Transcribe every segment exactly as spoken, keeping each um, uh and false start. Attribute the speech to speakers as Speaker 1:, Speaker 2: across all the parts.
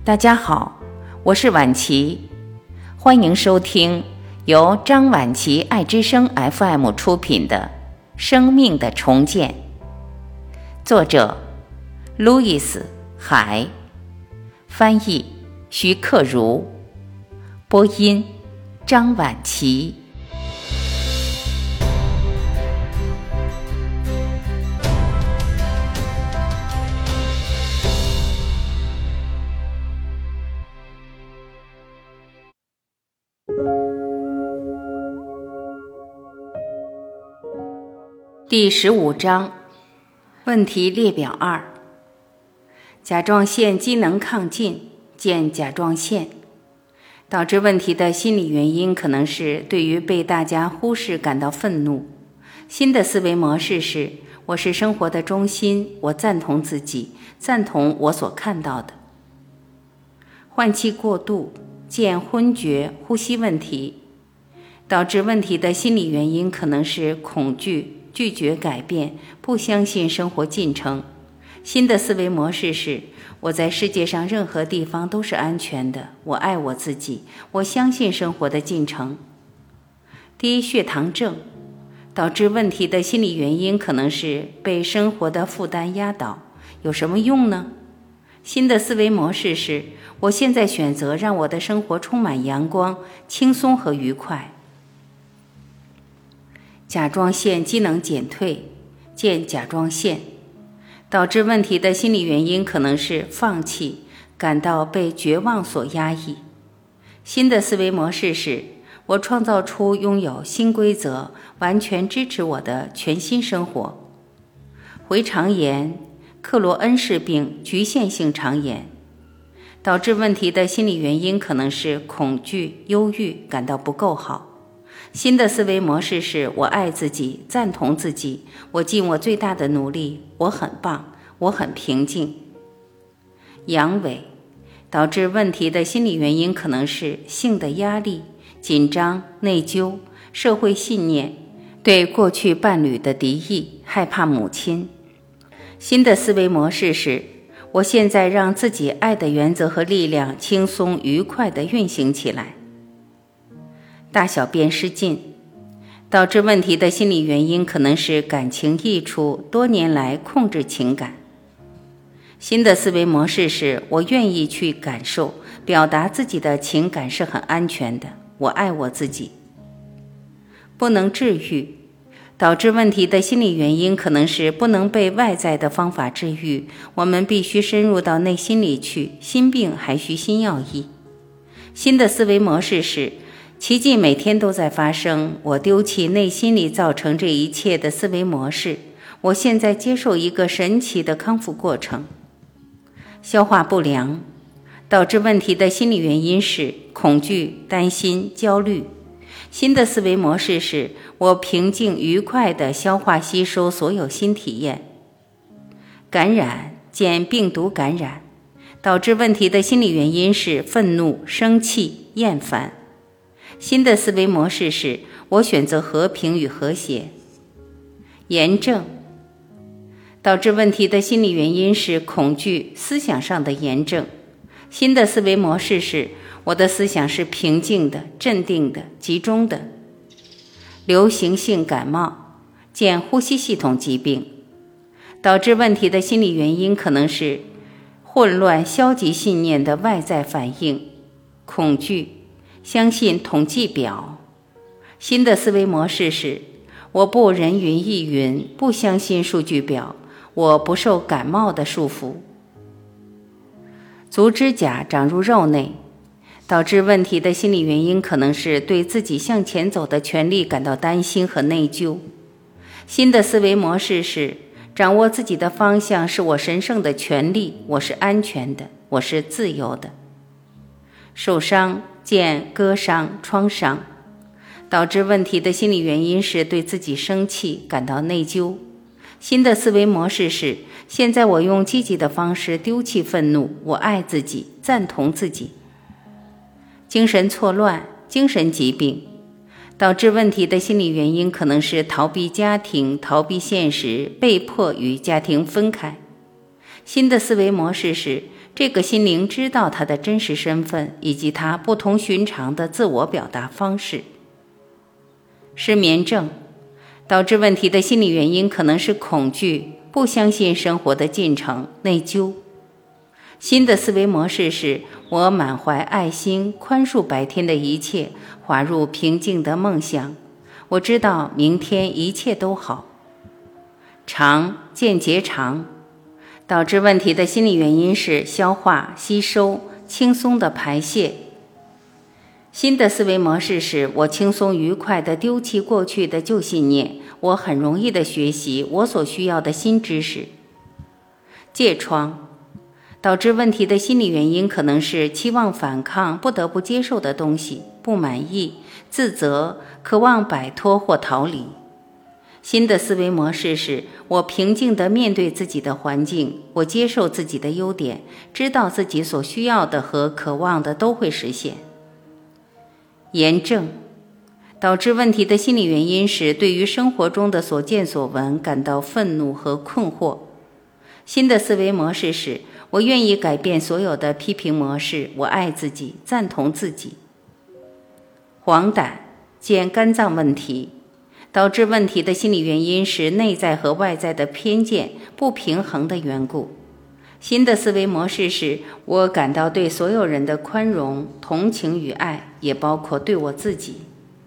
Speaker 1: 大家好，我是婉琪，欢迎收听由张婉琪爱之声 F M 出品的《生命的重建》，作者路易斯·海，翻译徐克如，播音张婉琪。第十五章，问题列表二：甲状腺机能亢进，见甲状腺。导致问题的心理原因可能是对于被大家忽视感到愤怒。新的思维模式是：我是生活的中心，我赞同自己，赞同我所看到的。换气过度，见昏厥、呼吸问题。导致问题的心理原因可能是恐惧、拒绝改变，不相信生活进程。新的思维模式是：我在世界上任何地方都是安全的，我爱我自己，我相信生活的进程。低血糖症导致问题的心理原因可能是被生活的负担压倒，有什么用呢？新的思维模式是：我现在选择让我的生活充满阳光、轻松和愉快。甲状腺机能减退，见甲状腺。导致问题的心理原因可能是放弃，感到被绝望所压抑。新的思维模式是：我创造出拥有新规则，完全支持我的全新生活。回肠炎、克罗恩氏病局限性肠炎。导致问题的心理原因可能是恐惧、忧郁，感到不够好。新的思维模式是：我爱自己，赞同自己，我尽我最大的努力，我很棒，我很平静。阳痿导致问题的心理原因可能是性的压力、紧张、内疚、社会信念、对过去伴侣的敌意、害怕母亲。新的思维模式是：我现在让自己爱的原则和力量轻松愉快地运行起来。大小便失禁导致问题的心理原因可能是感情溢出，多年来控制情感。新的思维模式是：我愿意去感受，表达自己的情感是很安全的，我爱我自己。不能治愈导致问题的心理原因可能是不能被外在的方法治愈，我们必须深入到内心里去，心病还需新药医。新的思维模式是：奇迹每天都在发生，我丢弃内心里造成这一切的思维模式，我现在接受一个神奇的康复过程。消化不良导致问题的心理原因是恐惧、担心、焦虑。新的思维模式是：我平静愉快地消化吸收所有新体验。感染见病毒感染导致问题的心理原因是愤怒、生气、厌烦。新的思维模式是：我选择和平与和谐。炎症导致问题的心理原因是恐惧、思想上的炎症。新的思维模式是：我的思想是平静的、镇定的、集中的。流行性感冒见呼吸系统疾病。导致问题的心理原因可能是混乱、消极信念的外在反应，恐惧，相信统计表。新的思维模式是：我不人云亦云，不相信数据表，我不受感冒的束缚。足指甲长入肉内导致问题的心理原因可能是对自己向前走的权利感到担心和内疚。新的思维模式是：掌握自己的方向是我神圣的权利，我是安全的，我是自由的。受伤见割伤、创伤导致问题的心理原因是对自己生气，感到内疚。新的思维模式是：现在我用积极的方式丢弃愤怒，我爱自己，赞同自己。精神错乱、精神疾病导致问题的心理原因可能是逃避家庭、逃避现实，被迫与家庭分开。 新的思维模式是这个心灵知道它的真实身份以及它不同寻常的自我表达方式。失眠症导致问题的心理原因可能是恐惧、不相信生活的进程、内疚。新的思维模式是我满怀爱心，宽恕白天的一切，滑入平静的梦乡。我知道明天一切都好。肠见结肠导致问题的心理原因是消化、吸收、轻松的排泄。新的思维模式是我轻松愉快地丢弃过去的旧信念，我很容易地学习我所需要的新知识。疥疮导致问题的心理原因可能是期望反抗不得不接受的东西，不满意、自责、渴望摆脱或逃离。新的思维模式是我平静地面对自己的环境，我接受自己的优点，知道自己所需要的和渴望的都会实现。炎症导致问题的心理原因是对于生活中的所见所闻感到愤怒和困惑。新的思维模式是我愿意改变所有的批评模式，我爱自己，赞同自己。黄疸见肝脏问题导致问题的心理原因是内在和外在的偏见不平衡的缘故。新的思维模式是我感到对所有人的宽容、同情与爱，也包括对我自己。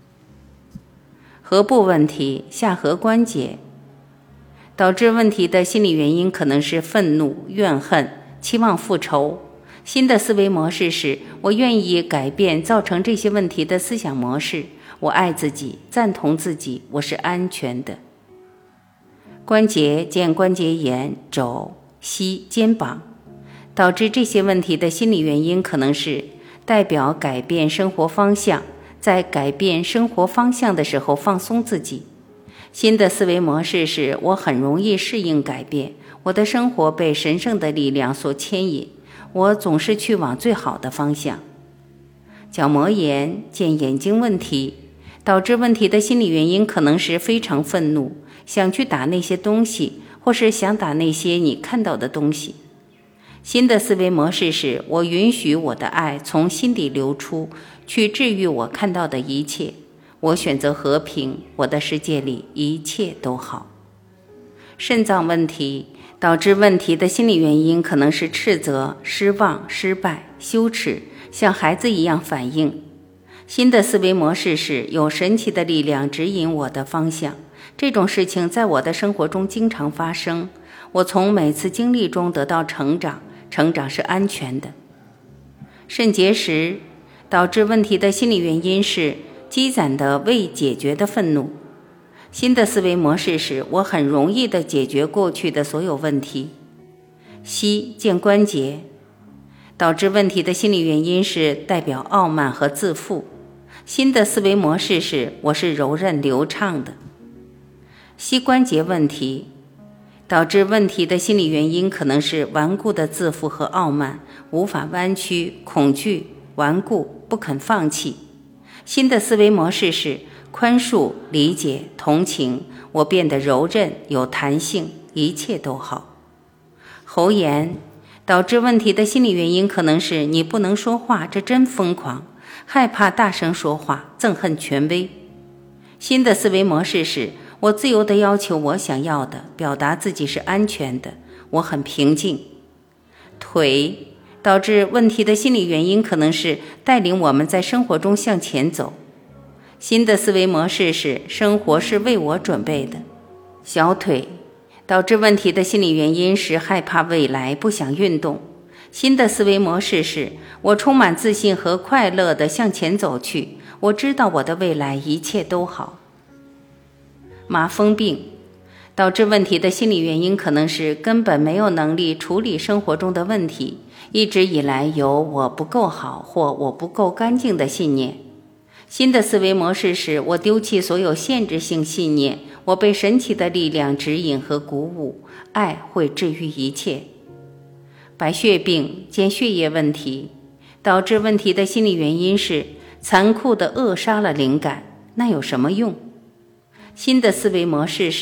Speaker 1: 颌部问题下颌关节导致问题的心理原因可能是愤怒、怨恨、期望复仇。新的思维模式是我愿意改变造成这些问题的思想模式，我爱自己，赞同自己，我是安全的。关节见关节炎、肘、膝、肩膀导致这些问题的心理原因可能是代表改变生活方向，在改变生活方向的时候放松自己。新的思维模式是我很容易适应改变，我的生活被神圣的力量所牵引，我总是去往最好的方向。角膜炎见眼睛问题导致问题的心理原因可能是非常愤怒，想去打那些东西，或是想打那些你看到的东西。新的思维模式是我允许我的爱从心底流出，去治愈我看到的一切。我选择和平，我的世界里一切都好。肾脏问题导致问题的心理原因可能是斥责、失望、失败、羞耻，像孩子一样反应。新的思维模式是有神奇的力量指引我的方向，这种事情在我的生活中经常发生，我从每次经历中得到成长，成长是安全的。肾结石导致问题的心理原因是积攒的未解决的愤怒。新的思维模式是我很容易地解决过去的所有问题。膝见关节导致问题的心理原因是代表傲慢和自负。新的思维模式是我是柔韧流畅的。膝关节问题导致问题的心理原因可能是顽固的自负和傲慢，无法弯曲、恐惧、顽固、不肯放弃。新的思维模式是宽恕、理解、同情，我变得柔韧、有弹性，一切都好。喉炎导致问题的心理原因可能是你不能说话，这真疯狂，害怕大声说话，憎恨权威。新的思维模式是我自由地要求我想要的，表达自己是安全的，我很平静。腿导致问题的心理原因可能是带领我们在生活中向前走。新的思维模式是生活是为我准备的。小腿导致问题的心理原因是害怕未来，不想运动。新的思维模式是我充满自信和快乐地向前走去，我知道我的未来一切都好。麻风病导致问题的心理原因可能是根本没有能力处理生活中的问题，一直以来有我不够好或我不够干净的信念。新的思维模式是我丢弃所有限制性信念，我被神奇的力量指引和鼓舞，爱会治愈一切。白血病兼血液问题导致问题的心理原因是残酷地扼杀了灵感，那有什么用？新的思维模式是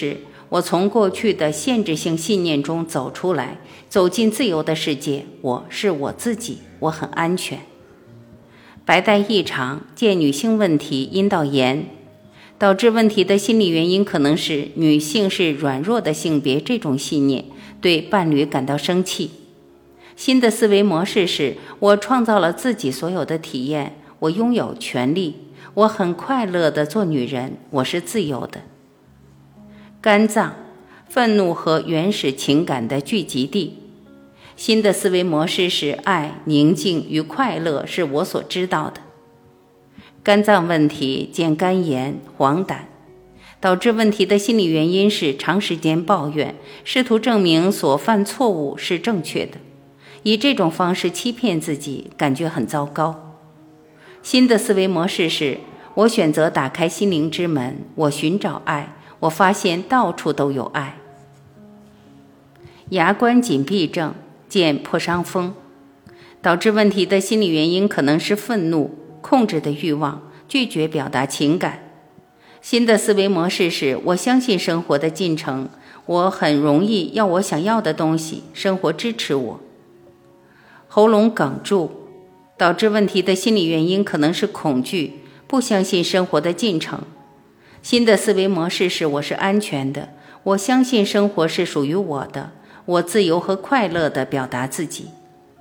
Speaker 1: 我从过去的限制性信念中走出来，走进自由的世界。我是我自己，我很安全。白带异常，见女性问题阴道炎。导致问题的心理原因可能是女性是软弱的性别这种信念，对伴侣感到生气。新的思维模式是我创造了自己所有的体验，我拥有权利，我很快乐地做女人，我是自由的。肝脏，愤怒和原始情感的聚集地。新的思维模式是爱、宁静与快乐是我所知道的。肝脏问题见肝炎、黄疸。导致问题的心理原因是长时间抱怨，试图证明所犯错误是正确的，以这种方式欺骗自己，感觉很糟糕。新的思维模式是我选择打开心灵之门，我寻找爱，我发现到处都有爱。牙关紧闭症见破伤风。导致问题的心理原因可能是愤怒、控制的欲望，拒绝表达情感。新的思维模式是我相信生活的进程，我很容易要我想要的东西，生活支持我。喉咙哽住。导致问题的心理原因可能是恐惧，不相信生活的进程。新的思维模式是我是安全的，我相信生活是属于我的，我自由和快乐地表达自己。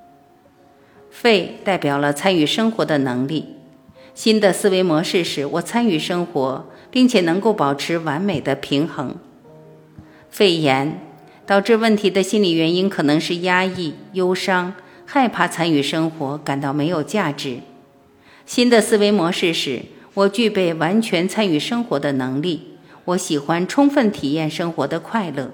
Speaker 1: 肺代表了参与生活的能力。新的思维模式是我参与生活，并且能够保持完美的平衡。肺炎导致问题的心理原因可能是压抑、忧伤，害怕参与生活，感到没有价值。新的思维模式是我具备完全参与生活的能力，我喜欢充分体验生活的快乐。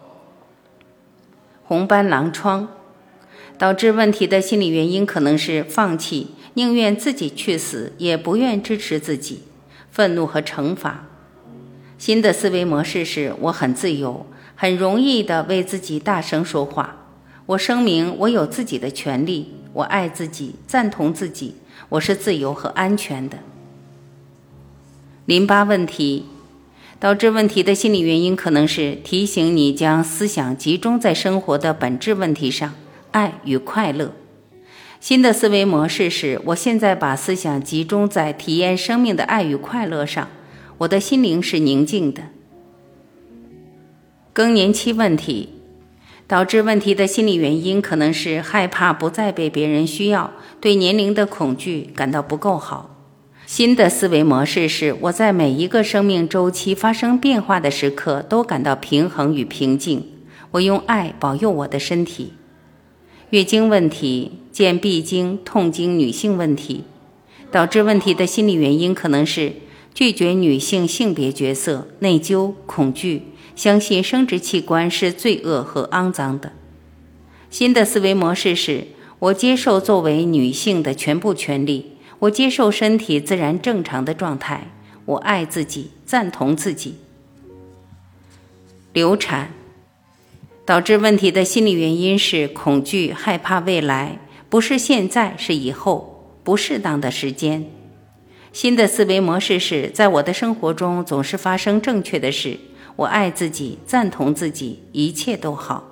Speaker 1: 红斑狼疮导致问题的心理原因可能是放弃，宁愿自己去死，也不愿支持自己，愤怒和惩罚。新的思维模式是我很自由，很容易地为自己大声说话，我声明我有自己的权利，我爱自己，赞同自己，我是自由和安全的。淋巴问题导致问题的心理原因可能是提醒你将思想集中在生活的本质问题上，爱与快乐。新的思维模式是我现在把思想集中在体验生命的爱与快乐上，我的心灵是宁静的。更年期问题导致问题的心理原因可能是害怕不再被别人需要，对年龄的恐惧，感到不够好。新的思维模式是我在每一个生命周期发生变化的时刻都感到平衡与平静，我用爱保佑我的身体。月经问题见闭经、痛经女性问题。导致问题的心理原因可能是拒绝女性性别角色、内疚、恐惧，相信生殖器官是罪恶和肮脏的。新的思维模式是我接受作为女性的全部权利，我接受身体自然正常的状态，我爱自己，赞同自己。流产导致问题的心理原因是恐惧、害怕未来，不是现在，是以后，不适当的时间。新的思维模式是在我的生活中总是发生正确的事，我爱自己，赞同自己，一切都好。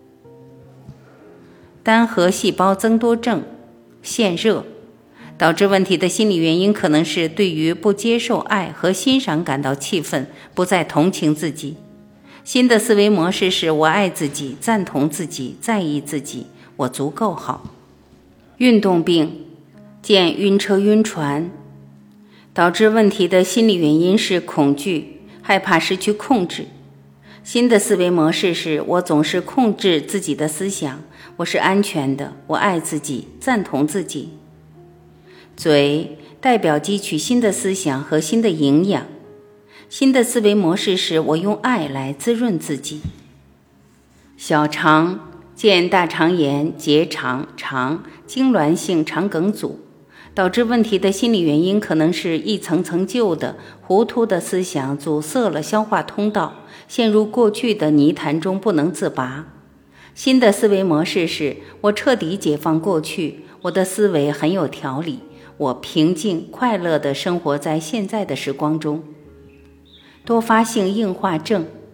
Speaker 1: 单核细胞增多症腺热导致问题的心理原因可能是对于不接受爱和欣赏感到气愤，不再同情自己。新的思维模式是我爱自己，赞同自己，在意自己，我足够好。运动病见晕车晕船导致问题的心理原因是恐惧，害怕失去控制。新的思维模式是我总是控制自己的思想，我是安全的，我爱自己，赞同自己。嘴代表汲取新的思想和新的营养。新的思维模式是我用爱来滋润自己。小肠见大肠炎、结肠、肠、痉挛性肠梗阻。导致问题的心理原因可能是一层层旧的、糊涂的思想阻塞了消化通道，陷入过去的泥潭中不能自拔。新的思维模式是我彻底解放过去，我的思维很有条理，我平静快乐地生活在现在的时光中。多发性硬化症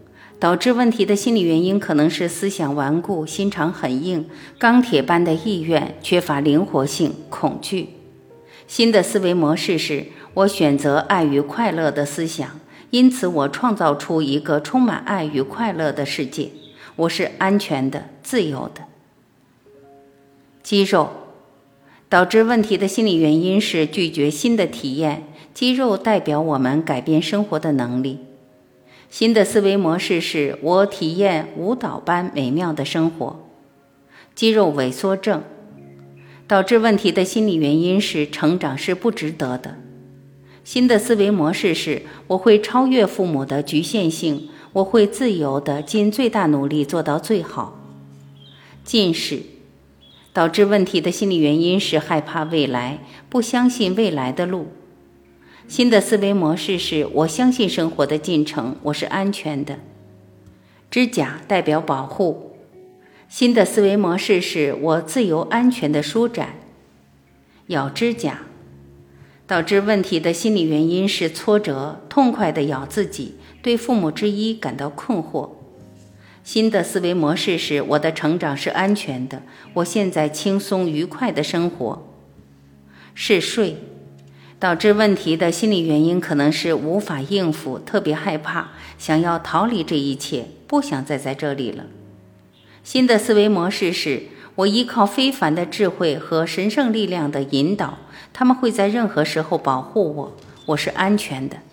Speaker 1: 导致问题的心理原因可能是思想顽固、心肠很硬、钢铁般的意愿、缺乏灵活性、恐惧。新的思维模式是我选择爱与快乐的思想，因此我创造出一个充满爱与快乐的世界，我是安全的、自由的。肌肉导致问题的心理原因是拒绝新的体验，肌肉代表我们改变生活的能力。新的思维模式是我体验舞蹈般美妙的生活。肌肉萎缩症导致问题的心理原因是成长是不值得的。新的思维模式是我会超越父母的局限性，我会自由地尽最大努力做到最好。近视导致问题的心理原因是害怕未来，不相信未来的路。新的思维模式是我相信生活的进程，我是安全的。指甲代表保护。新的思维模式是我自由安全的舒展。咬指甲导致问题的心理原因是挫折，痛快地咬自己，对父母之一感到困惑。新的思维模式是我的成长是安全的，我现在轻松愉快的生活。嗜睡导致问题的心理原因可能是无法应付，特别害怕，想要逃离这一切，不想再在这里了。新的思维模式是我依靠非凡的智慧和神圣力量的引导，他们会在任何时候保护我，我是安全的。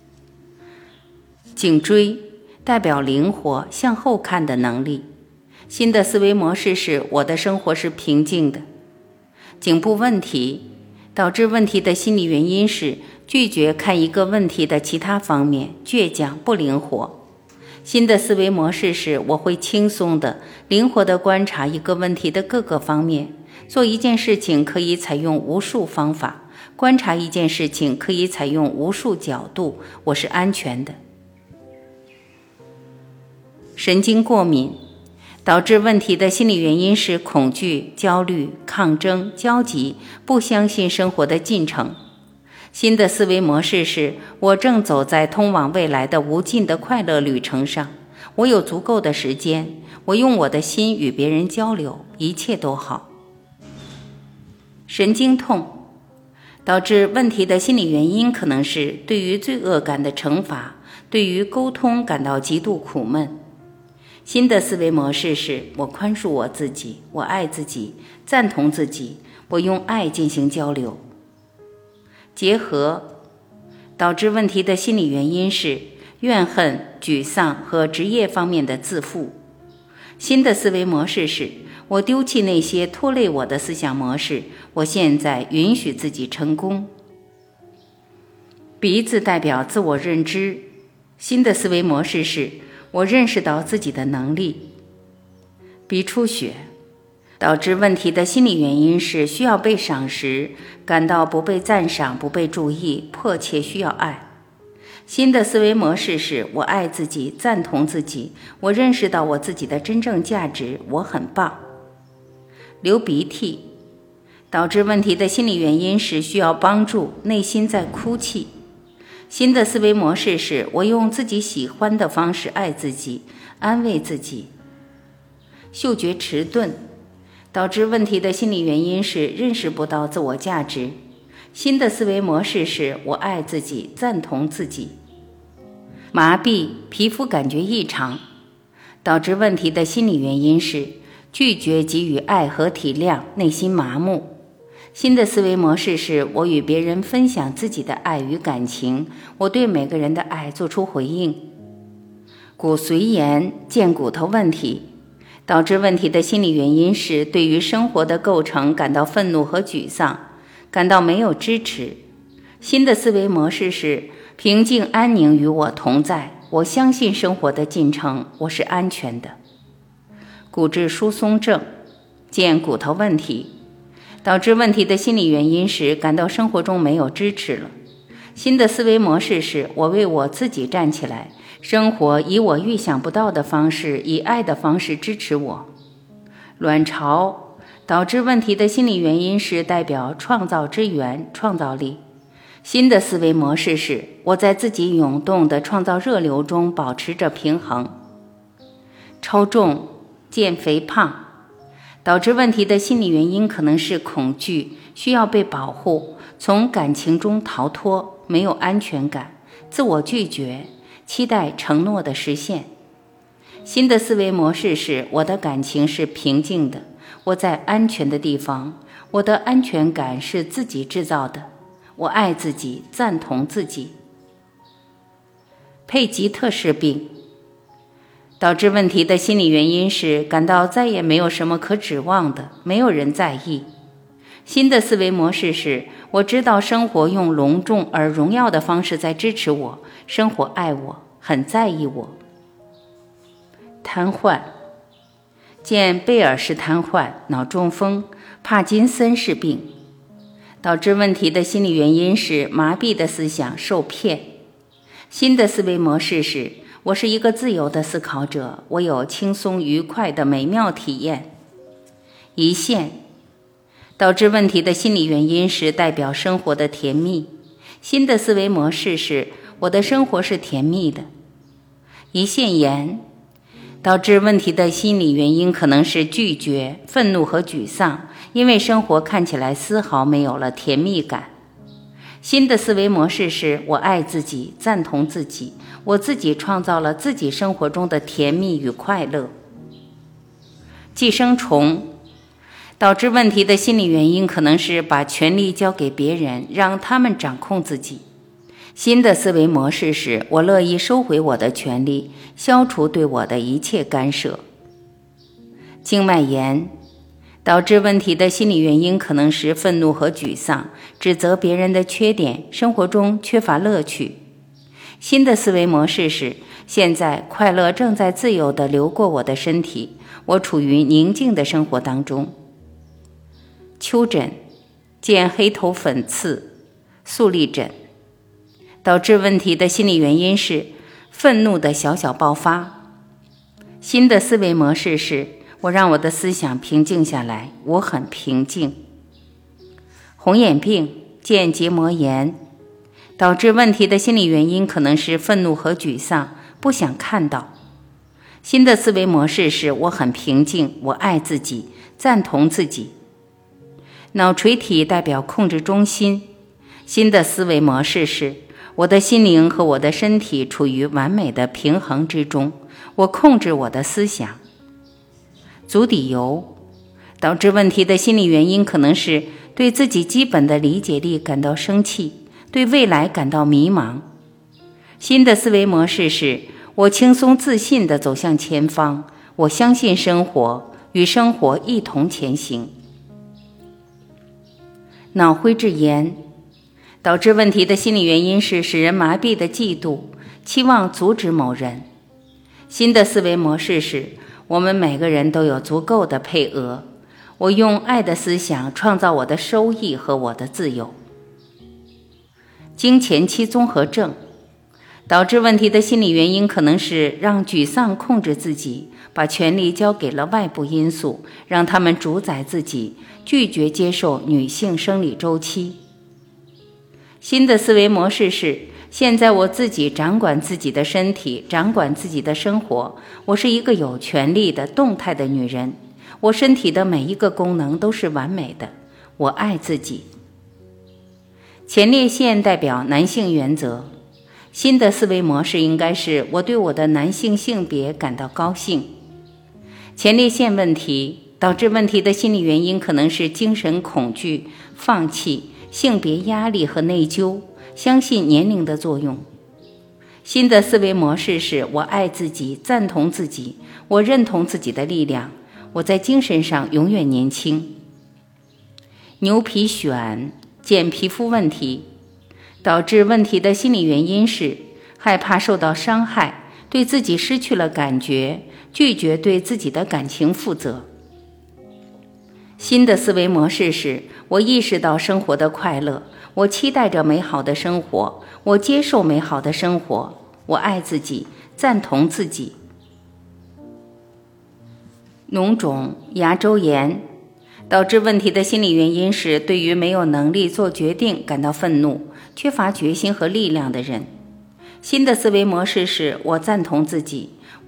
Speaker 1: 颈椎代表灵活向后看的能力。新的思维模式是我的生活是平静的。颈部问题导致问题的心理原因是拒绝看一个问题的其他方面，倔强不灵活。新的思维模式是我会轻松的、灵活地观察一个问题的各个方面，做一件事情可以采用无数方法，观察一件事情可以采用无数角度，我是安全的。神经过敏导致问题的心理原因是恐惧、焦虑、抗争、焦急，不相信生活的进程。新的思维模式是我正走在通往未来的无尽的快乐旅程上，我有足够的时间，我用我的心与别人交流，一切都好。神经痛导致问题的心理原因可能是对于罪恶感的惩罚，对于沟通感到极度苦闷。新的思维模式是我宽恕我自己，我爱自己，赞同自己，我用爱进行交流。结合导致问题的心理原因是怨恨、沮丧和职业方面的自负。新的思维模式是我丢弃那些拖累我的思想模式，我现在允许自己成功。鼻子代表自我认知。新的思维模式是我认识到自己的能力。鼻出血导致问题的心理原因是需要被赏识，感到不被赞赏、不被注意，迫切需要爱。新的思维模式是我爱自己，赞同自己，我认识到我自己的真正价值，我很棒。流鼻涕导致问题的心理原因是需要帮助，内心在哭泣。新的思维模式是我用自己喜欢的方式爱自己，安慰自己。嗅觉迟钝导致问题的心理原因是认识不到自我价值。新的思维模式是我爱自己，赞同自己。麻痹，皮肤感觉异常导致问题的心理原因是拒绝给予爱和体谅，内心麻木。新的思维模式是我与别人分享自己的爱与感情，我对每个人的爱做出回应。骨髓炎，见骨头问题导致问题的心理原因是对于生活的构成感到愤怒和沮丧，感到没有支持。新的思维模式是平静安宁与我同在，我相信生活的进程，我是安全的。骨质疏松症，见骨头问题导致问题的心理原因是感到生活中没有支持了。新的思维模式是我为我自己站起来，生活以我预想不到的方式，以爱的方式支持我。卵巢导致问题的心理原因是代表创造之源，创造力。新的思维模式是我在自己涌动的创造热流中保持着平衡。 超重、见肥胖。导致问题的心理原因可能是恐惧，需要被保护，从感情中逃脱，没有安全感，自我拒绝，期待承诺的实现。新的思维模式是我的感情是平静的，我在安全的地方，我的安全感是自己制造的，我爱自己，赞同自己。佩吉特氏病。导致问题的心理原因是感到再也没有什么可指望的，没有人在意。新的思维模式是我知道生活用隆重而荣耀的方式在支持我，生活爱我，很在意我。瘫痪。见贝尔氏瘫痪、脑中风、帕金森氏病。导致问题的心理原因是麻痹的思想，受骗。新的思维模式是我是一个自由的思考者，我有轻松愉快的美妙体验。一线。导致问题的心理原因是代表生活的甜蜜。新的思维模式是我的生活是甜蜜的。一线言。导致问题的心理原因可能是拒绝、愤怒和沮丧，因为生活看起来丝毫没有了甜蜜感。新的思维模式是我爱自己，赞同自己，我自己创造了自己生活中的甜蜜与快乐。寄生虫。导致问题的心理原因可能是把权力交给别人，让他们掌控自己。新的思维模式是我乐意收回我的权利，消除对我的一切干涉。经脉炎。导致问题的心理原因可能是愤怒和沮丧，指责别人的缺点，生活中缺乏乐趣。新的思维模式是现在快乐正在自由地流过我的身体，我处于宁静的生活当中。丘疹。见黑头粉刺、粟粒疹。导致问题的心理原因是愤怒的小小爆发。新的思维模式是我让我的思想平静下来，我很平静。红眼病。见结膜炎。导致问题的心理原因可能是愤怒和沮丧，不想看到。新的思维模式是我很平静，我爱自己，赞同自己。脑垂体代表控制中心。新的思维模式是我的心灵和我的身体处于完美的平衡之中，我控制我的思想。足底油。导致问题的心理原因可能是对自己基本的理解力感到生气，对未来感到迷茫。新的思维模式是我轻松自信地走向前方，我相信生活，与生活一同前行。脑灰质炎。导致问题的心理原因是使人麻痹的嫉妒，期望阻止某人。新的思维模式是我们每个人都有足够的配额，我用爱的思想创造我的收益和我的自由。经前期综合症。导致问题的心理原因可能是让沮丧控制自己，把权力交给了外部因素，让他们主宰自己，拒绝接受女性生理周期。新的思维模式是现在我自己掌管自己的身体，掌管自己的生活，我是一个有权利的动态的女人，我身体的每一个功能都是完美的，我爱自己。前列腺代表男性原则。新的思维模式应该是我对我的男性性别感到高兴。前列腺问题。导致问题的心理原因可能是精神恐惧、放弃、性别压力和内疚，相信年龄的作用。新的思维模式是我爱自己，赞同自己，我认同自己的力量，我在精神上永远年轻。牛皮癣。见皮肤问题。导致问题的心理原因是害怕受到伤害，对自己失去了感觉，拒绝对自己的感情负责。新的思维模式是我意识到生活的快乐，我期待着美好的生活，我接受美好的生活，我爱自己，赞同自己。脓肿、牙周炎。导致问题的心理原因是对于没有能力做决定感到愤怒，缺乏决心和力量的人。新的思维模式是我赞同自己，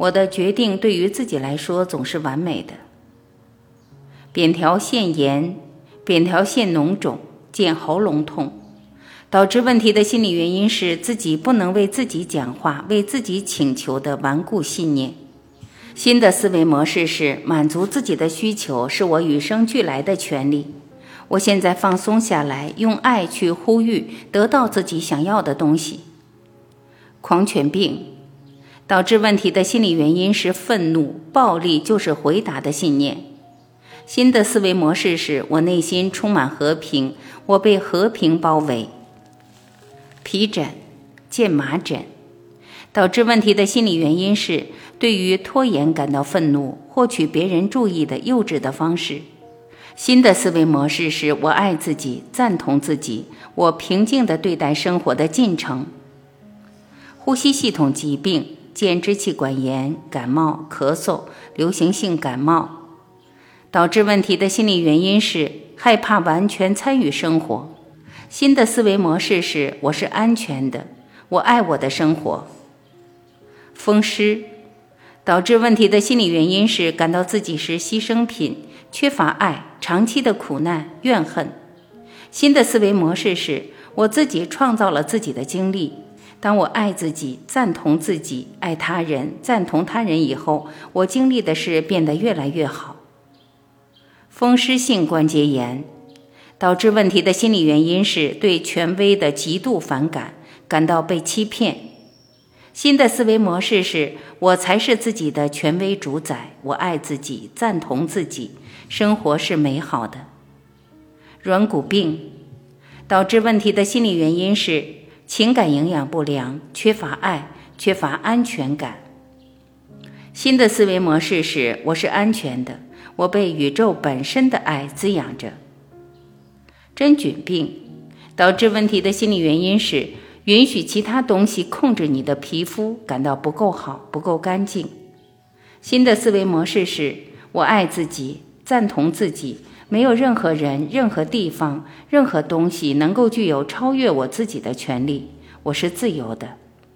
Speaker 1: 我的决定对于自己来说总是完美的。扁桃腺炎，扁桃腺脓肿，见喉咙痛。导致问题的心理原因是自己不能为自己讲话、为自己请求的顽固信念。新的思维模式是满足自己的需求是我与生俱来的权利。我现在放松下来，用爱去呼吁得到自己想要的东西。狂犬病，导致问题的心理原因是愤怒、暴力就是回答的信念。新的思维模式是我内心充满和平，我被和平包围。皮疹，见麻疹，导致问题的心理原因是对于拖延感到愤怒，获取别人注意的幼稚的方式。新的思维模式是我爱自己，赞同自己，我平静地对待生活的进程。呼吸系统疾病，见支气管炎、感冒、咳嗽、流行性感冒，导致问题的心理原因是害怕完全参与生活。新的思维模式是我是安全的，我爱我的生活。风湿，导致问题的心理原因是感到自己是牺牲品，缺乏爱，长期的苦难、怨恨。新的思维模式是我自己创造了自己的经历，当我爱自己、赞同自己、爱他人、赞同他人以后，我经历的事变得越来越好。风湿性关节炎，导致问题的心理原因是对权威的极度反感，感到被欺骗。新的思维模式是我才是自己的权威主宰，我爱自己，赞同自己，生活是美好的。软骨病，导致问题的心理原因是情感营养不良，缺乏爱，缺乏安全感。新的思维模式是我是安全的，我被宇宙本身的爱滋养着。真菌病，导致问题的心理原因是允许其他东西控制你的皮肤，感到不够好，不够干净。新的思维模式是我爱自己，赞同自己，没有任何人、任何地方、任何东西能够具有超越我自己的权利，我是自由的。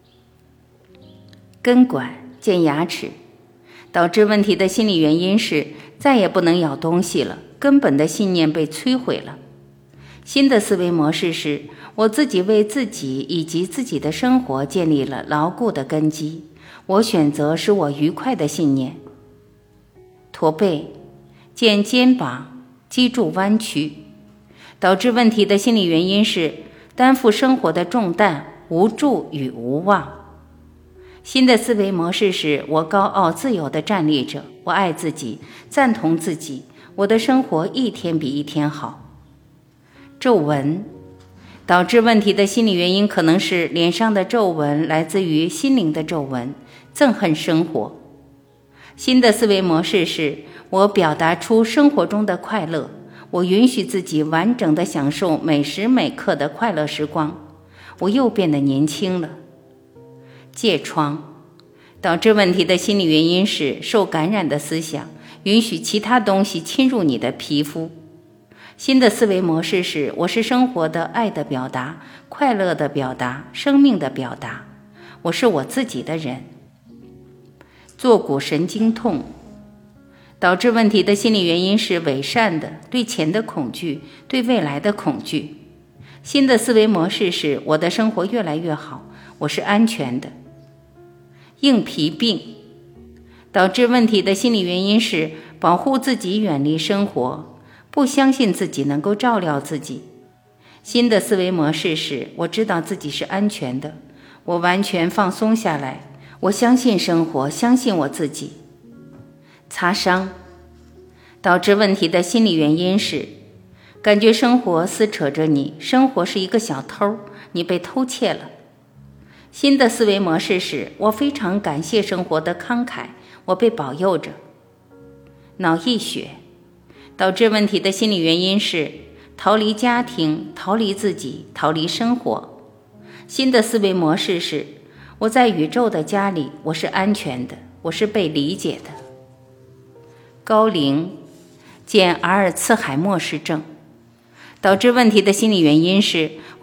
Speaker 1: 根管，见牙齿，导致问题的心理原因是再也不能咬东西了，根本的信念被摧毁了。新的思维模式是我自己为自己以及自己的生活建立了牢固的根基，我选择使我愉快的信念。驼背，见肩膀、脊柱弯曲，导致问题的心理原因是担负生活的重担、无助与无望。新的思维模式是我高傲自由地站立着，我爱自己，赞同自己，我的生活一天比一天好。皱纹，导致问题的心理原因可能是脸上的皱纹来自于心灵的皱纹，憎恨生活。新的思维模式是我表达出生活中的快乐，我允许自己完整地享受每时每刻的快乐时光，我又变得年轻了。疥疮，导致问题的心理原因是受感染的思想，允许其他东西侵入你的皮肤。新的思维模式是我是生活的爱的表达，快乐的表达，生命的表达，我是我自己的人。坐骨神经痛，导致问题的心理原因是伪善的，对钱的恐惧，对未来的恐惧。新的思维模式是我的生活越来越好，我是安全的。硬皮病，导致问题的心理原因是保护自己，远离生活，不相信自己能够照料自己。新的思维模式是我知道自己是安全的，我完全放松下来，我相信生活，相信我自己。擦伤，导致问题的心理原因是感觉生活撕扯着你，生活是一个小偷，你被偷窃了。新的思维模式是我非常感谢生活的慷慨，我被保佑着。脑溢血，导致问题的心理原因是逃离家庭，逃离自己，逃离生活。新的思维模式是我在宇宙的家里，我是安全的，我是被理解的。高龄，见阿尔茨海默氏症，导致问题的心理原因是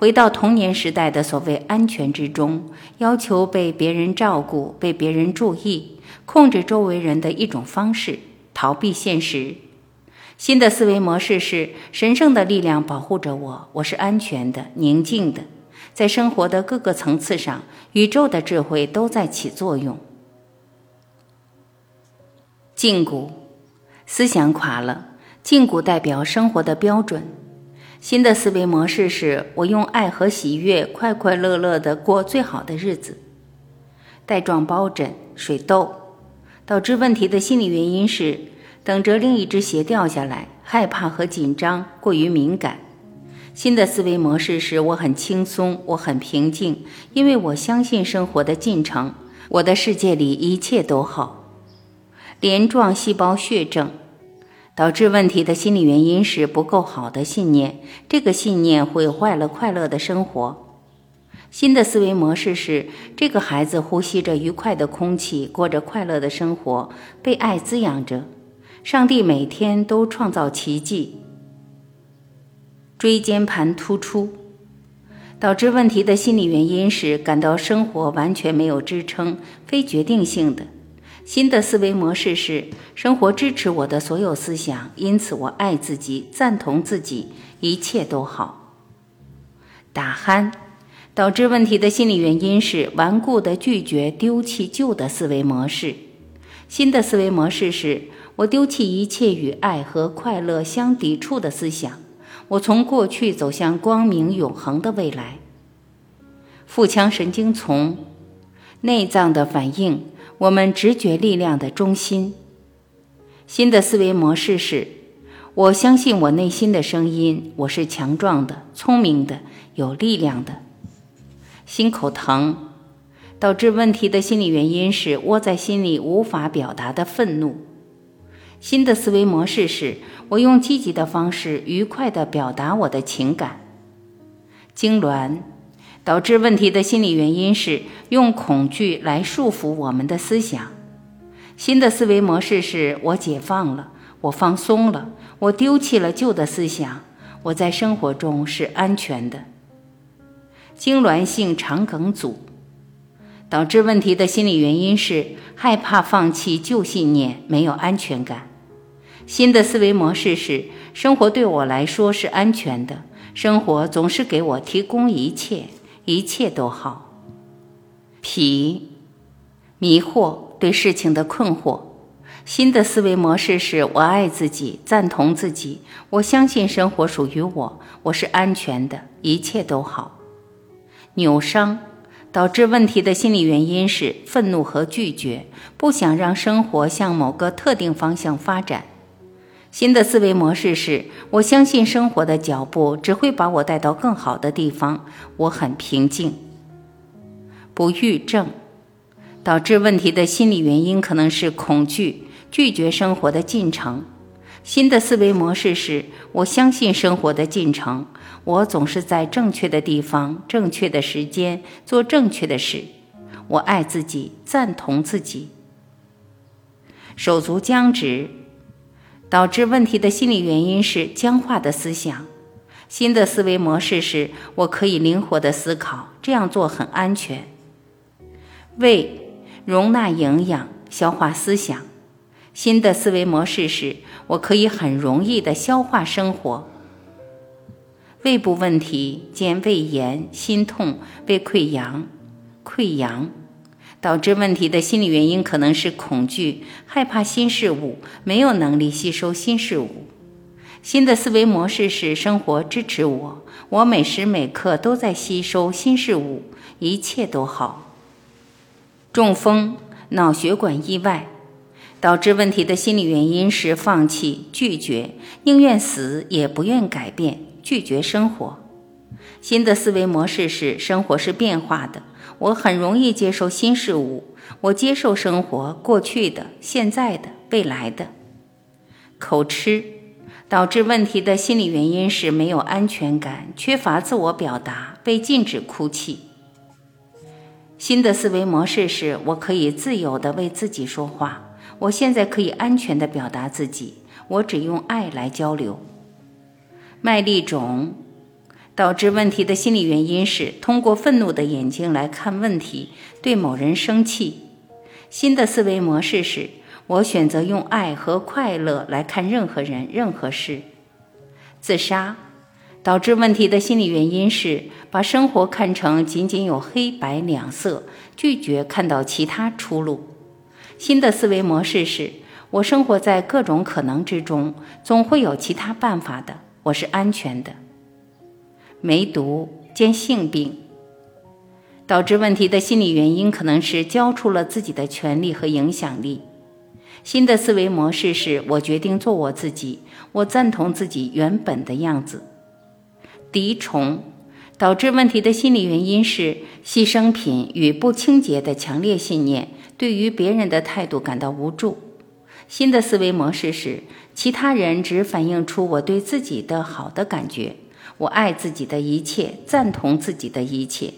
Speaker 1: 回到童年时代的所谓安全之中，要求被别人照顾，被别人注意，控制周围人的一种方式，逃避现实。新的思维模式是神圣的力量保护着我，我是安全的、宁静的，在生活的各个层次上，宇宙的智慧都在起作用。禁锢，思想垮了，禁锢代表生活的标准。新的思维模式是我用爱和喜悦快快乐乐地过最好的日子。带状疱疹、水痘，导致问题的心理原因是等着另一只鞋掉下来，害怕和紧张，过于敏感。新的思维模式是我很轻松，我很平静，因为我相信生活的进程，我的世界里一切都好。镰状细胞血症，导致问题的心理原因是不够好的信念，这个信念毁坏了快乐的生活。新的思维模式是这个孩子呼吸着愉快的空气，过着快乐的生活，被爱滋养着。上帝每天都创造奇迹。椎间盘突出，导致问题的心理原因是感到生活完全没有支撑，非决定性的。新的思维模式是生活支持我的所有思想，因此我爱自己，赞同自己，一切都好。打鼾，导致问题的心理原因是顽固地拒绝丢弃旧的思维模式。新的思维模式是我丢弃一切与爱和快乐相抵触的思想，我从过去走向光明永恒的未来。腹腔神经丛，内脏的反应，我们直觉力量的中心。新的思维模式是我相信我内心的声音，我是强壮的、聪明的、有力量的。心口疼，导致问题的心理原因是窝在心里无法表达的愤怒。新的思维模式是我用积极的方式愉快地表达我的情感。痉挛，导致问题的心理原因是用恐惧来束缚我们的思想。新的思维模式是我解放了，我放松了，我丢弃了旧的思想，我在生活中是安全的。痉挛性肠梗阻，导致问题的心理原因是害怕放弃旧信念，没有安全感。新的思维模式是生活对我来说是安全的，生活总是给我提供一切，一切都好。脾，迷惑，对事情的困惑。新的思维模式是我爱自己，赞同自己，我相信生活属于我，我是安全的，一切都好。扭伤，导致问题的心理原因是愤怒和拒绝，不想让生活向某个特定方向发展。新的思维模式是我相信生活的脚步只会把我带到更好的地方，我很平静。不育症，导致问题的心理原因可能是恐惧，拒绝生活的进程。新的思维模式是我相信生活的进程，我总是在正确的地方，正确的时间，做正确的事，我爱自己，赞同自己。手足僵直，导致问题的心理原因是僵化的思想。新的思维模式是我可以灵活的思考，这样做很安全。胃，容纳营养，消化思想。新的思维模式是我可以很容易地消化生活。胃部问题，见胃炎、心痛、胃溃疡、溃疡，导致问题的心理原因可能是恐惧，害怕新事物，没有能力吸收新事物。新的思维模式是生活支持我，我每时每刻都在吸收新事物，一切都好。中风、脑血管意外，导致问题的心理原因是放弃、拒绝，宁愿死也不愿改变，拒绝生活。新的思维模式是生活是变化的，我很容易接受新事物，我接受生活，过去的、现在的、未来的。口吃，导致问题的心理原因是没有安全感，缺乏自我表达，被禁止哭泣。新的思维模式是我可以自由地为自己说话，我现在可以安全地表达自己，我只用爱来交流。麦粒肿， 导致问题的心理原因是通过愤怒的眼睛来看问题，对某人生气。新的思维模式是我选择用爱和快乐来看任何人任何事。自杀导致问题的心理原因是把生活看成仅仅有黑白两色，拒绝看到其他出路。新的思维模式是我生活在各种可能之中，总会有其他办法的，我是安全的。梅毒兼性病导致问题的心理原因可能是交出了自己的权利和影响力。新的思维模式是我决定做我自己，我赞同自己原本的样子。敌虫导致问题的心理原因是牺牲品与不清洁的强烈信念，对于别人的态度感到无助。新的思维模式是其他人只反映出我对自己的好的感觉，我爱自己的一切，赞同自己的一切。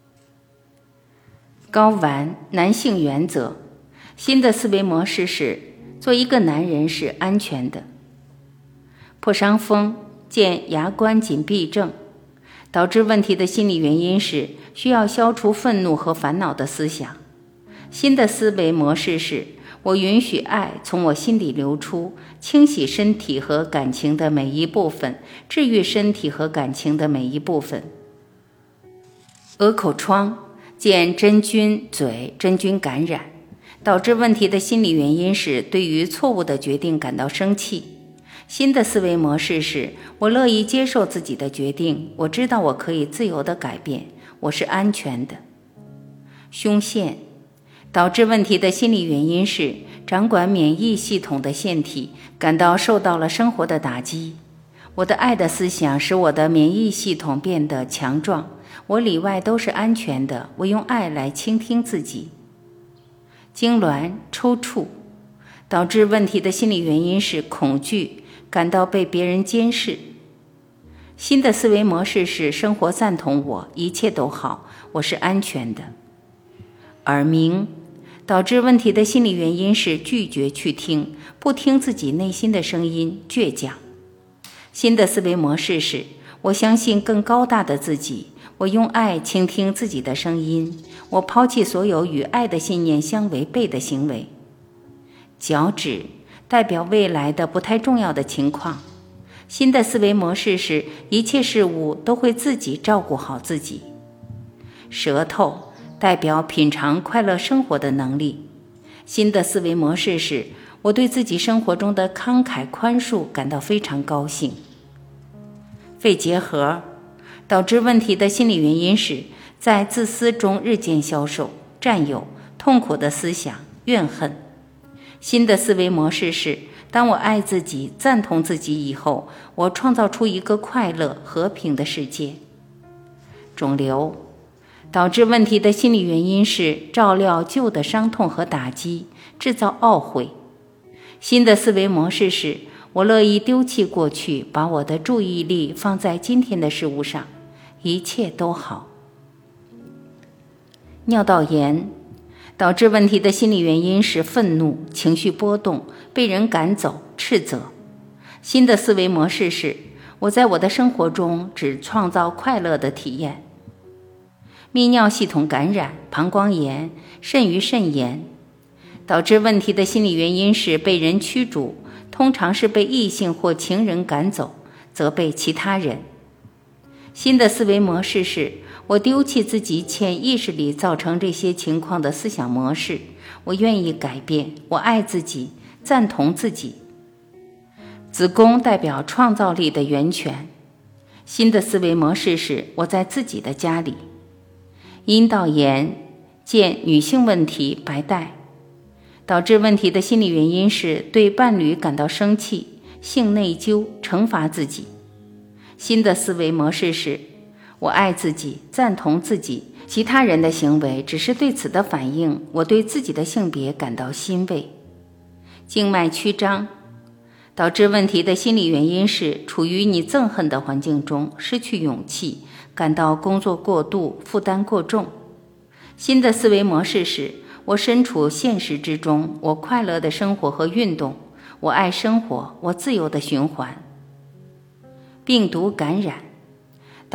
Speaker 1: 睾丸男性原则新的思维模式是做一个男人是安全的。破伤风见牙关紧闭症导致问题的心理原因是需要消除愤怒和烦恼的思想。新的思维模式是我允许爱从我心里流出，清洗身体和感情的每一部分，治愈身体和感情的每一部分。鹅口疮见真菌嘴真菌感染导致问题的心理原因是对于错误的决定感到生气。新的思维模式是我乐意接受自己的决定，我知道我可以自由地改变，我是安全的。胸腺导致问题的心理原因是掌管免疫系统的腺体感到受到了生活的打击。我的爱的思想使我的免疫系统变得强壮，我里外都是安全的，我用爱来倾听自己。痉挛抽搐导致问题的心理原因是恐惧，感到被别人监视。新的思维模式是生活赞同我，一切都好，我是安全的。耳鸣导致问题的心理原因是拒绝去听，不听自己内心的声音，倔强。新的思维模式是我相信更高大的自己，我用爱倾听自己的声音，我抛弃所有与爱的信念相违背的行为。脚趾代表未来的不太重要的情况。新的思维模式是一切事物都会自己照顾好自己。舌头代表品尝快乐生活的能力。新的思维模式是我对自己生活中的慷慨宽恕感到非常高兴。肺结核导致问题的心理原因是在自私中日渐消瘦，占有，痛苦的思想，怨恨。新的思维模式是当我爱自己，赞同自己以后，我创造出一个快乐和平的世界。肿瘤导致问题的心理原因是照料旧的伤痛和打击，制造懊悔。新的思维模式是我乐意丢弃过去，把我的注意力放在今天的事物上，一切都好。尿道炎导致问题的心理原因是愤怒、情绪波动、被人赶走、斥责。新的思维模式是我在我的生活中只创造快乐的体验。泌尿系统感染、膀胱炎、肾盂肾炎导致问题的心理原因是被人驱逐，通常是被异性或情人赶走，责备其他人。新的思维模式是我丢弃自己潜意识里造成这些情况的思想模式，我愿意改变，我爱自己，赞同自己。子宫代表创造力的源泉。新的思维模式是我在自己的家里。阴道炎见女性问题白带导致问题的心理原因是对伴侣感到生气、性内疚、惩罚自己。新的思维模式是我爱自己，赞同自己，其他人的行为只是对此的反应，我对自己的性别感到欣慰。静脉曲张导致问题的心理原因是处于你憎恨的环境中，失去勇气，感到工作过度，负担过重。新的思维模式是我身处现实之中，我快乐的生活和运动，我爱生活，我自由的循环。病毒感染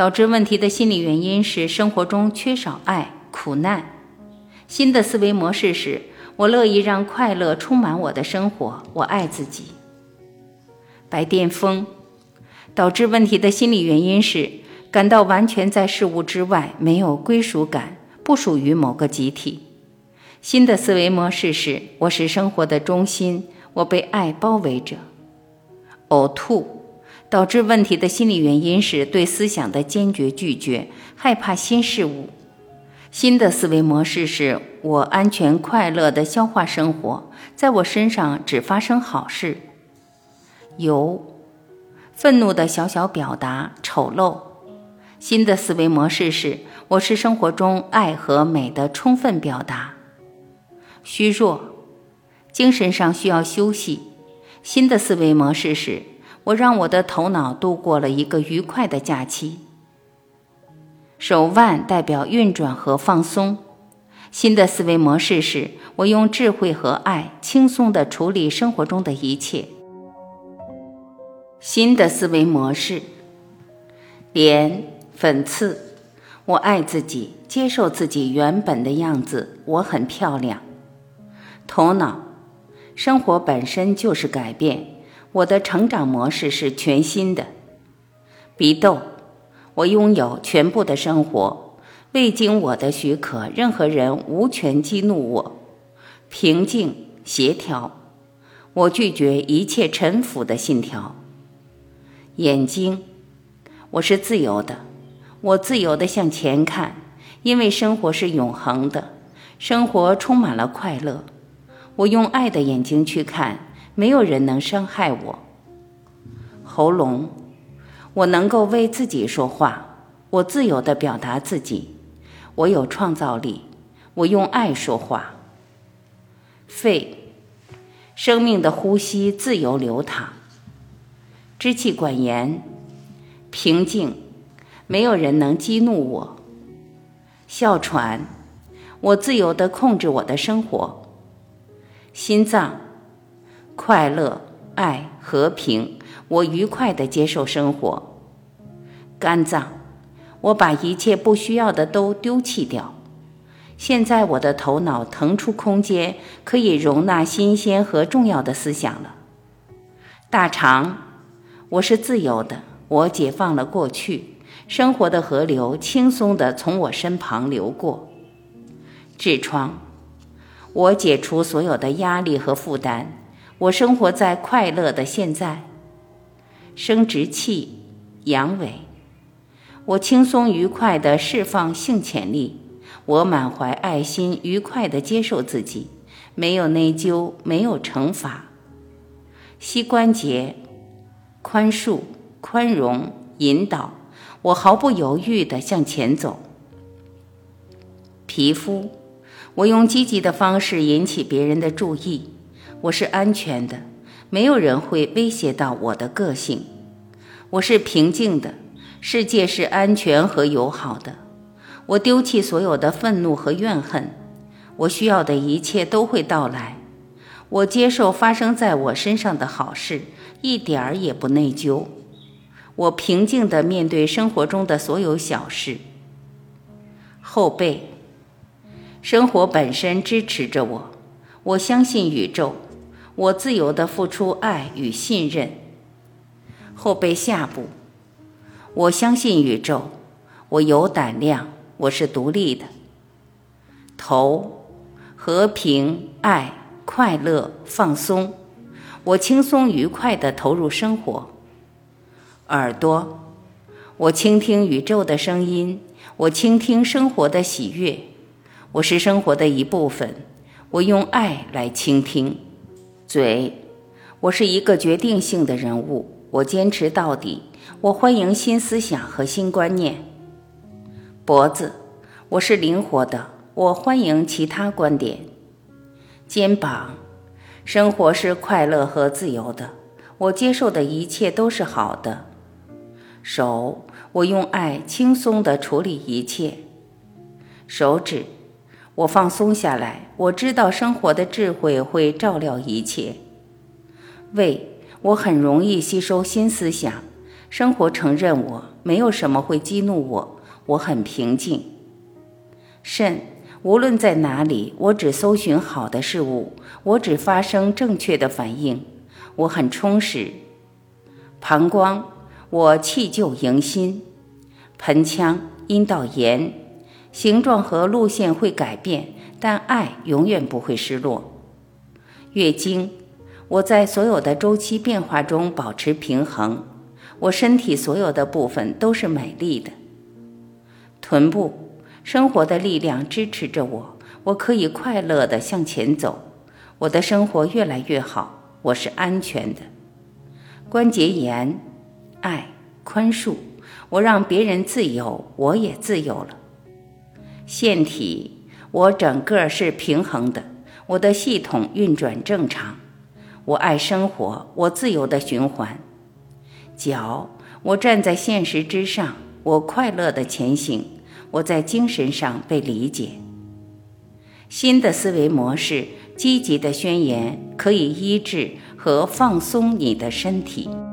Speaker 1: 导致问题的心理原因是生活中缺少爱、苦难。新的思维模式是我乐意让快乐充满我的生活，我爱自己。白癜风导致问题的心理原因是感到完全在事物之外，没有归属感，不属于某个集体。新的思维模式是我是生活的中心，我被爱包围着。呕吐导致问题的心理原因是对思想的坚决拒绝，害怕新事物。新的思维模式是我安全快乐地消化生活，在我身上只发生好事。油愤怒的小小表达，丑陋。新的思维模式是我是生活中爱和美的充分表达。虚弱精神上需要休息。新的思维模式是我让我的头脑度过了一个愉快的假期。手腕代表运转和放松。新的思维模式是我用智慧和爱轻松地处理生活中的一切。新的思维模式，脸粉刺，我爱自己，接受自己原本的样子，我很漂亮。头脑，生活本身就是改变，我的成长模式是全新的。鼻窦，我拥有全部的生活，未经我的许可，任何人无权激怒我。平静协调，我拒绝一切臣服的信条。眼睛，我是自由的，我自由地向前看，因为生活是永恒的，生活充满了快乐。我用爱的眼睛去看，没有人能伤害我。喉咙，我能够为自己说话，我自由地表达自己，我有创造力，我用爱说话。肺，生命的呼吸自由流淌。支气管炎，平静，没有人能激怒我。哮喘，我自由地控制我的生活。心脏，快乐、爱、和平，我愉快地接受生活。肝脏，我把一切不需要的都丢弃掉。现在我的头脑腾出空间，可以容纳新鲜和重要的思想了。大肠，我是自由的，我解放了过去，生活的河流轻松地从我身旁流过。痔疮，我解除所有的压力和负担，我生活在快乐的现在。生殖器，阳痿，我轻松愉快地释放性潜力，我满怀爱心，愉快地接受自己，没有内疚，没有惩罚。膝关节，宽恕、宽容、引导，我毫不犹豫地向前走。皮肤，我用积极的方式引起别人的注意，我是安全的，没有人会威胁到我的个性。我是平静的，世界是安全和友好的。我丢弃所有的愤怒和怨恨，我需要的一切都会到来。我接受发生在我身上的好事，一点儿也不内疚。我平静地面对生活中的所有小事。后背，生活本身支持着我，我相信宇宙，我自由地付出爱与信任。后背下部，我相信宇宙，我有胆量，我是独立的。头，和平、爱、快乐、放松，我轻松愉快地投入生活。耳朵，我倾听宇宙的声音，我倾听生活的喜悦，我是生活的一部分，我用爱来倾听。嘴，我是一个决定性的人物，我坚持到底，我欢迎新思想和新观念。脖子，我是灵活的，我欢迎其他观点。肩膀，生活是快乐和自由的，我接受的一切都是好的。手，我用爱轻松地处理一切。手指，我放松下来，我知道生活的智慧会照料一切。胃，我很容易吸收新思想， 生活承认我，没有什么会激怒我，我很平静。肾，无论在哪里，我只搜寻好的事物，我只发生正确的反应，我很充实。膀胱，我弃旧迎新。盆腔、阴道炎，形状和路线会改变，但爱永远不会失落。月经，我在所有的周期变化中保持平衡，我身体所有的部分都是美丽的。臀部，生活的力量支持着我，我可以快乐地向前走，我的生活越来越好，我是安全的。关节炎，爱、宽恕，我让别人自由，我也自由了。腺体，我整个是平衡的，我的系统运转正常，我爱生活，我自由的循环。脚，我站在现实之上，我快乐的前行，我在精神上被理解。新的思维模式，积极的宣言，可以医治和放松你的身体。